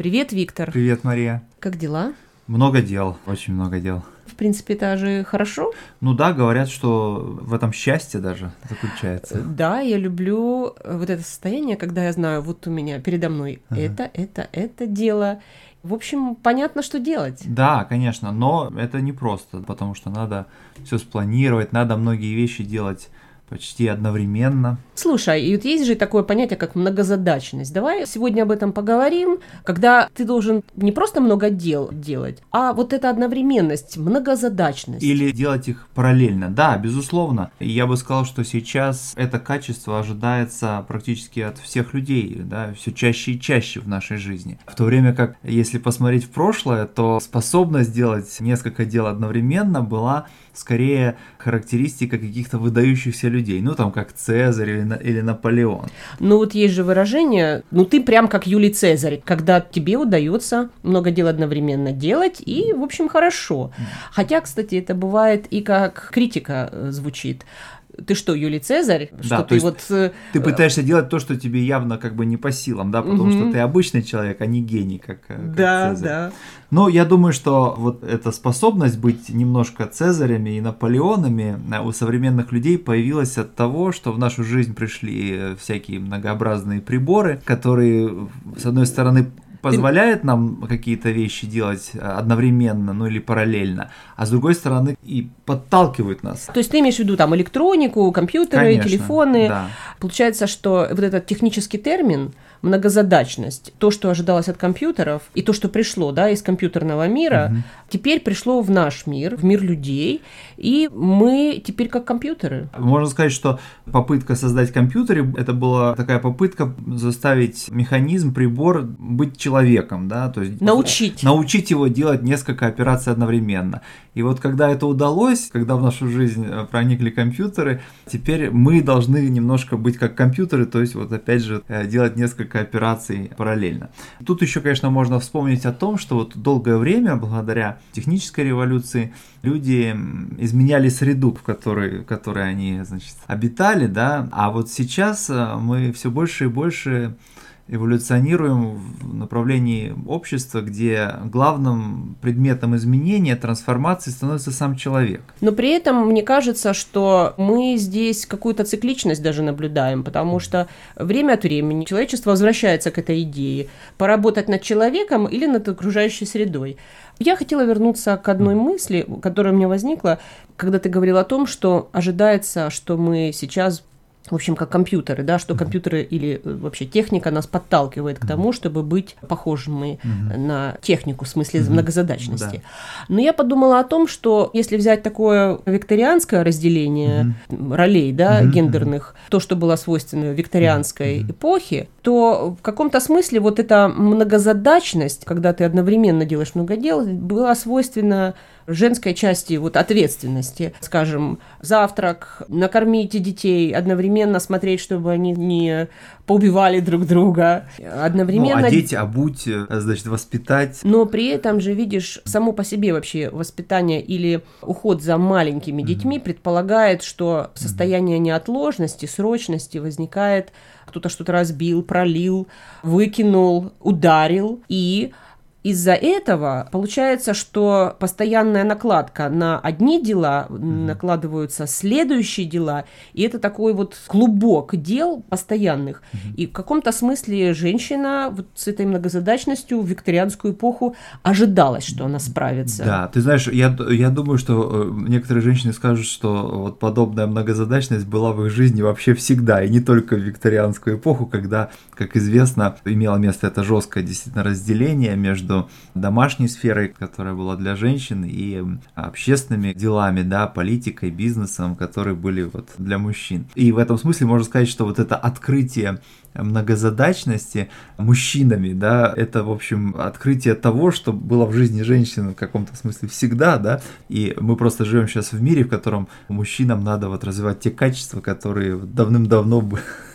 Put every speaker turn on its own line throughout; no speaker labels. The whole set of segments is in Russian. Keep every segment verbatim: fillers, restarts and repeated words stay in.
Привет, Виктор.
Привет, Мария.
Как дела?
Много дел, очень много дел.
В принципе, это же хорошо.
Ну да, говорят, что в этом счастье даже заключается.
Да, я люблю вот это состояние, когда я знаю, вот у меня передо мной ага. это, это, это дело. В общем, понятно, что делать.
Да, конечно, но это непросто, потому что надо все спланировать, надо многие вещи делать почти одновременно.
Слушай, и вот есть же такое понятие, как многозадачность. Давай сегодня об этом поговорим, когда ты должен не просто много дел делать, а вот эта одновременность, многозадачность.
Или делать их параллельно. Да, безусловно. Я бы сказал, что сейчас это качество ожидается практически от всех людей, да, все чаще и чаще в нашей жизни. В то время как, если посмотреть в прошлое, то способность делать несколько дел одновременно была скорее характеристика каких-то выдающихся людей, ну там как Цезарь или, или Наполеон.
Ну вот есть же выражение, ну ты прям как Юлий Цезарь, когда тебе удается много дел одновременно делать, и, в общем, хорошо. Хотя, кстати, это бывает и как критика звучит. Ты что, Юлий Цезарь?
Да,
что
то
ты
есть
вот...
ты пытаешься делать то, что тебе явно как бы не по силам, да, потому угу. что ты обычный человек, а не гений, как, как
да,
Цезарь.
Да.
Но я думаю, что вот эта способность быть немножко Цезарями и Наполеонами у современных людей появилась от того, что в нашу жизнь пришли всякие многообразные приборы, которые, с одной стороны, позволяет нам какие-то вещи делать одновременно, ну или параллельно, а с другой стороны и подталкивает нас.
То есть ты имеешь в виду там электронику, компьютеры,
Конечно,
телефоны.
Да.
Получается, что вот этот технический термин многозадачность, то, что ожидалось от компьютеров, и то, что пришло, да, из компьютерного мира, угу. теперь пришло в наш мир, в мир людей, и мы теперь как компьютеры.
Можно сказать, что попытка создать компьютер, это была такая попытка заставить механизм, прибор быть человеком, да, то есть
научить.
научить его делать несколько операций одновременно. И вот когда это удалось, когда в нашу жизнь проникли компьютеры, теперь мы должны немножко быть как компьютеры, то есть вот опять же делать несколько операций параллельно. Тут еще, конечно, можно вспомнить о том, что вот долгое время, благодаря технической революции, люди изменяли среду, в которой, в которой они, значит, обитали, да, а вот сейчас мы все больше и больше эволюционируем в направлении общества, где главным предметом изменения, трансформации становится сам человек.
Но при этом мне кажется, что мы здесь какую-то цикличность даже наблюдаем, потому что время от времени человечество возвращается к этой идее поработать над человеком или над окружающей средой. Я хотела вернуться к одной мысли, которая у меня возникла, когда ты говорил о том, что ожидается, что мы сейчас... В общем, как компьютеры, да, что компьютеры или вообще техника нас подталкивает к тому, чтобы быть похожими uh-huh. на технику, в смысле uh-huh. многозадачности. Да. Но я подумала о том, что если взять такое викторианское разделение uh-huh. ролей, да, uh-huh. гендерных, то, что было свойственно викторианской uh-huh. эпохе, то в каком-то смысле вот эта многозадачность, когда ты одновременно делаешь много дел, была свойственна женской части вот ответственности. Скажем, завтрак, накормите детей, одновременно смотреть, чтобы они не поубивали друг друга. Одновременно...
Ну, одеть, обуть, значит, воспитать.
Но при этом же, видишь, само по себе вообще воспитание или уход за маленькими mm-hmm. детьми предполагает, что состояние неотложности, срочности возникает, кто-то что-то разбил, пролил, выкинул, ударил, и... Из-за этого получается, что постоянная накладка на одни дела, mm-hmm. накладываются следующие дела, и это такой вот клубок дел постоянных. Mm-hmm. И в каком-то смысле женщина вот с этой многозадачностью в викторианскую эпоху ожидалось, что она справится.
Да, ты знаешь, я, я думаю, что некоторые женщины скажут, что вот подобная многозадачность была в их жизни вообще всегда, и не только в викторианскую эпоху, когда, как известно, имело место это жесткое действительно разделение между домашней сферой, которая была для женщин, и общественными делами, да, политикой, бизнесом, которые были вот для мужчин. И в этом смысле можно сказать, что вот это открытие многозадачности мужчинами, да, это, в общем, открытие того, что было в жизни женщины в каком-то смысле всегда, да, и мы просто живем сейчас в мире, в котором мужчинам надо вот развивать те качества, которые давным-давно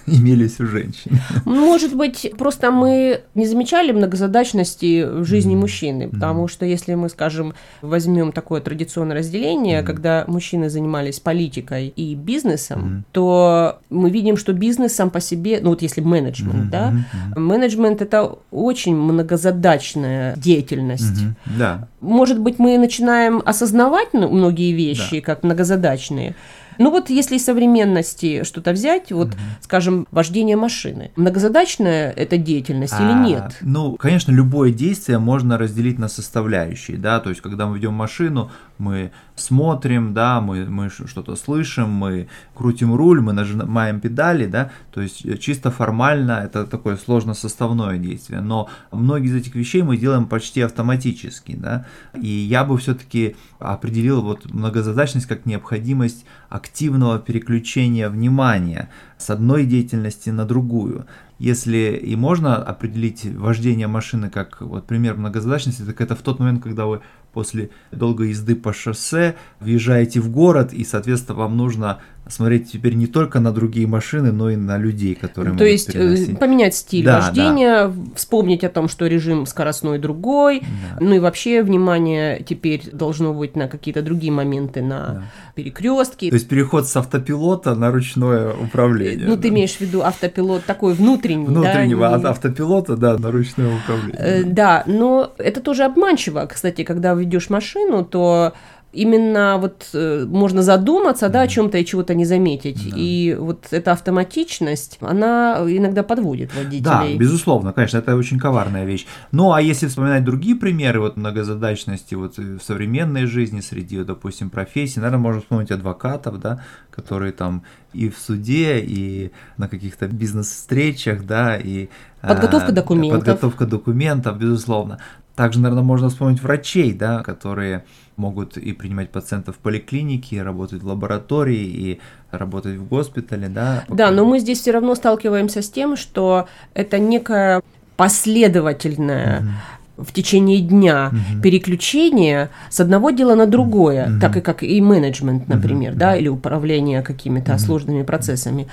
имелись у женщин.
Может быть, просто мы не замечали многозадачности в жизни mm-hmm. мужчины, потому mm-hmm. что если мы, скажем, возьмем такое традиционное разделение, mm-hmm. когда мужчины занимались политикой и бизнесом, mm-hmm. то мы видим, что бизнес сам по себе, ну вот если менеджмент, mm-hmm. да, mm-hmm. менеджмент – это очень многозадачная деятельность.
Mm-hmm. Да.
Может быть, мы начинаем осознавать многие вещи, да. как многозадачные. Ну вот если из современности что-то взять, вот, угу. скажем, вождение машины, многозадачная это деятельность а, или нет?
Ну, конечно, любое действие можно разделить на составляющие, да, то есть когда мы ведем машину, мы смотрим, да, мы, мы что-то слышим, мы крутим руль, мы нажимаем педали, да, то есть чисто формально это такое сложно-составное действие, но многие из этих вещей мы делаем почти автоматически, да, и я бы все-таки определил вот многозадачность как необходимость активного переключения внимания с одной деятельности на другую. Если и можно определить вождение машины как вот пример многозадачности, так это в тот момент, когда вы после долгой езды по шоссе въезжаете в город, и, соответственно, вам нужно смотреть теперь не только на другие машины, но и на людей, которые
То
могут
есть
переносить.
Поменять стиль
да,
вождения,
да.
вспомнить о том, что режим скоростной другой, да. ну и вообще внимание теперь должно быть на какие-то другие моменты, на да. перекрестки.
То есть переход с автопилота на ручное управление.
Ну,
да.
ты имеешь в виду автопилот такой внутренний,
Внутреннего
да?
от автопилота, да, на ручное управление.
Да, но это тоже обманчиво. Кстати, когда ведешь машину, то именно вот э, можно задуматься, да, о чем-то и чего-то не заметить. Да. И вот эта автоматичность, она иногда подводит водителей.
Да, безусловно, конечно, это очень коварная вещь. Ну, а если вспоминать другие примеры вот многозадачности вот в современной жизни, среди, допустим, профессий, наверное, можно вспомнить адвокатов, да, которые там и в суде, и на каких-то бизнес-встречах, да, и
подготовка документов.
Подготовка документов, безусловно. Также, наверное, можно вспомнить врачей, да, которые могут и принимать пациентов в поликлинике, и работать в лаборатории, и работать в госпитале, да.
Да, но мы здесь все равно сталкиваемся с тем, что это некая последовательная mm-hmm. в течение дня mm-hmm. переключение с одного дела на другое, mm-hmm. так и как и менеджмент, например, mm-hmm. да, или управление какими-то mm-hmm. сложными процессами.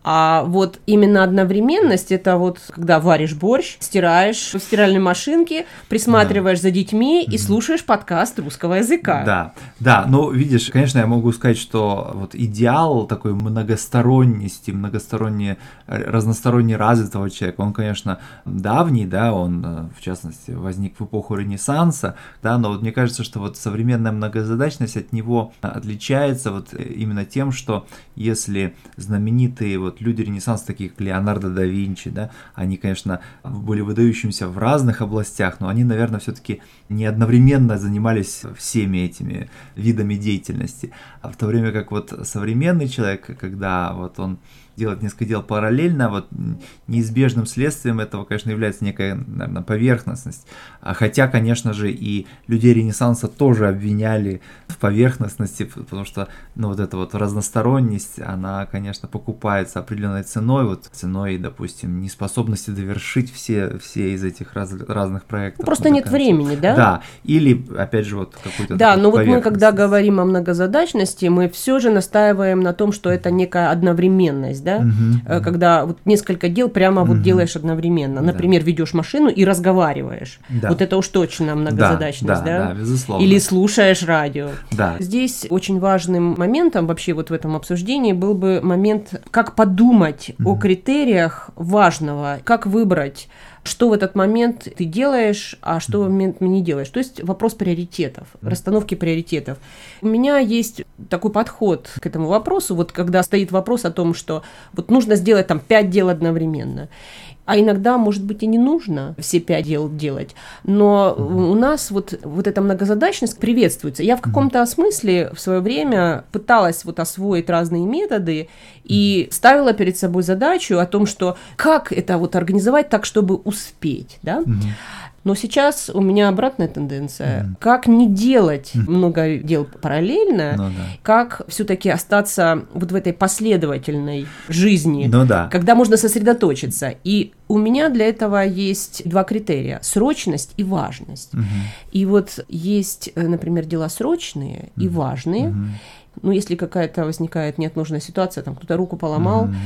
А вот именно одновременность – это вот когда варишь борщ, стираешь в стиральной машинке, присматриваешь да. за детьми и слушаешь подкаст русского языка.
Да, да, ну видишь, конечно, я могу сказать, что вот идеал такой многосторонности, многосторонне, разносторонне развитого человека, он, конечно, давний, да, он, в частности, возник в эпоху Ренессанса, да, но вот мне кажется, что вот современная многозадачность от него отличается вот именно тем, что если знаменитые вот люди Ренессанса, такие как Леонардо да Винчи, да, они, конечно, были выдающимися в разных областях, но они, наверное, все-таки не одновременно занимались всеми этими видами деятельности. А в то время как вот современный человек, когда вот он делать несколько дел параллельно, вот неизбежным следствием этого, конечно, является некая, наверное, поверхностность. Хотя, конечно же, и людей Ренессанса тоже обвиняли в поверхностности, потому что, ну, вот эта вот разносторонность, она, конечно, покупается определенной ценой, вот ценой, допустим, неспособности довершить все, все из этих раз, разных проектов.
Просто нет времени, да?
Да, или, опять же, вот какой-то
Да, но вот мы, когда говорим о многозадачности, мы все же настаиваем на том, что это некая одновременность, да, uh-huh, когда вот несколько дел прямо uh-huh. вот делаешь одновременно. Например, да. ведешь машину и разговариваешь. Да. Вот это уж точно многозадачность, да?
Да, да, безусловно.
Или слушаешь радио.
Да.
Здесь очень важным моментом вообще вот в этом обсуждении был бы момент, как подумать uh-huh. о критериях важного, как выбрать, что в этот момент ты делаешь, а что в момент не делаешь. То есть вопрос приоритетов, расстановки приоритетов. У меня есть такой подход к этому вопросу, вот когда стоит вопрос о том, что вот нужно сделать там пять дел одновременно. А иногда, может быть, и не нужно все пять дел делать, но у нас вот, вот эта многозадачность приветствуется. Я в каком-то смысле в свое время пыталась вот освоить разные методы и ставила перед собой задачу о том, что как это вот организовать так, чтобы успеть, да? Но сейчас у меня обратная тенденция. Mm. Как не делать mm. много дел параллельно, ну, да. как все-таки остаться вот в этой последовательной жизни, ну, да. когда можно сосредоточиться. И у меня для этого есть два критерия – срочность и важность. Mm-hmm. И вот есть, например, дела срочные mm. и важные. Mm-hmm. Ну, если какая-то возникает неотложная ситуация, там кто-то руку поломал, mm-hmm.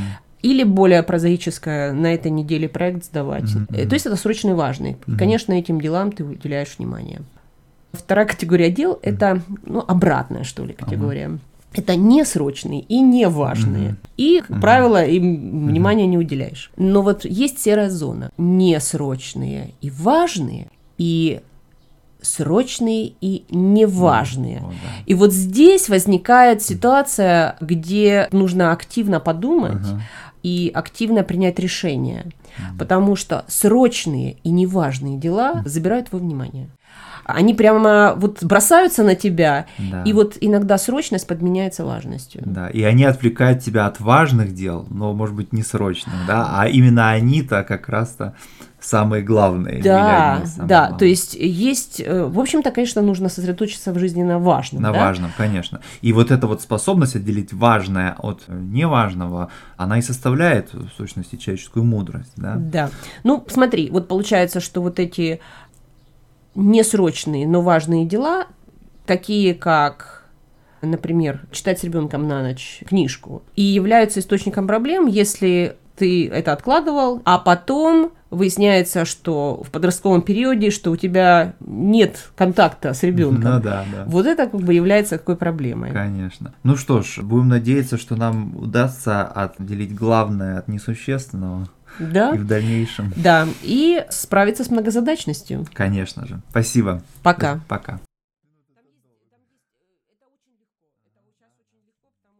Или более прозаическое, на этой неделе проект сдавать.
Mm-hmm.
То есть это срочные и важные. И,
mm-hmm.
конечно, этим делам ты уделяешь внимание. Вторая категория дел mm-hmm. – это ну, обратная, что ли, категория. Uh-huh. Это несрочные и неважные. Mm-hmm. И, как mm-hmm. правило, им внимания mm-hmm. не уделяешь. Но вот есть серая зона. Несрочные и важные, и срочные и неважные. Mm-hmm. Oh, да. И вот здесь возникает ситуация, где нужно активно подумать uh-huh. и активно принять решение. Mm-hmm. Потому что срочные и неважные дела mm-hmm. забирают твое внимание. Они прямо вот бросаются на тебя, да. и вот иногда срочность подменяется важностью.
Да, и они отвлекают тебя от важных дел, но, может быть, не срочных, да, а именно они-то как раз-то самые главные.
Да,
самые
да,
главные.
То есть есть, в общем-то, конечно, нужно сосредоточиться в жизни на важном.
На
да?
важном, конечно. И вот эта вот способность отделить важное от неважного, она и составляет, в сущности, человеческую мудрость, да.
Да, ну, смотри, вот получается, что вот эти несрочные, но важные дела, такие как, например, читать с ребенком на ночь книжку, и являются источником проблем, если ты это откладывал, а потом выясняется, что в подростковом периоде, что у тебя нет контакта с ребенком.
Ну, да, да.
Вот это как бы является такой проблемой.
Конечно. Ну что ж, будем надеяться, что нам удастся отделить главное от несущественного.
Да.
И в дальнейшем.
Да, и справиться с многозадачностью.
Конечно же. Спасибо.
Пока.
Пока.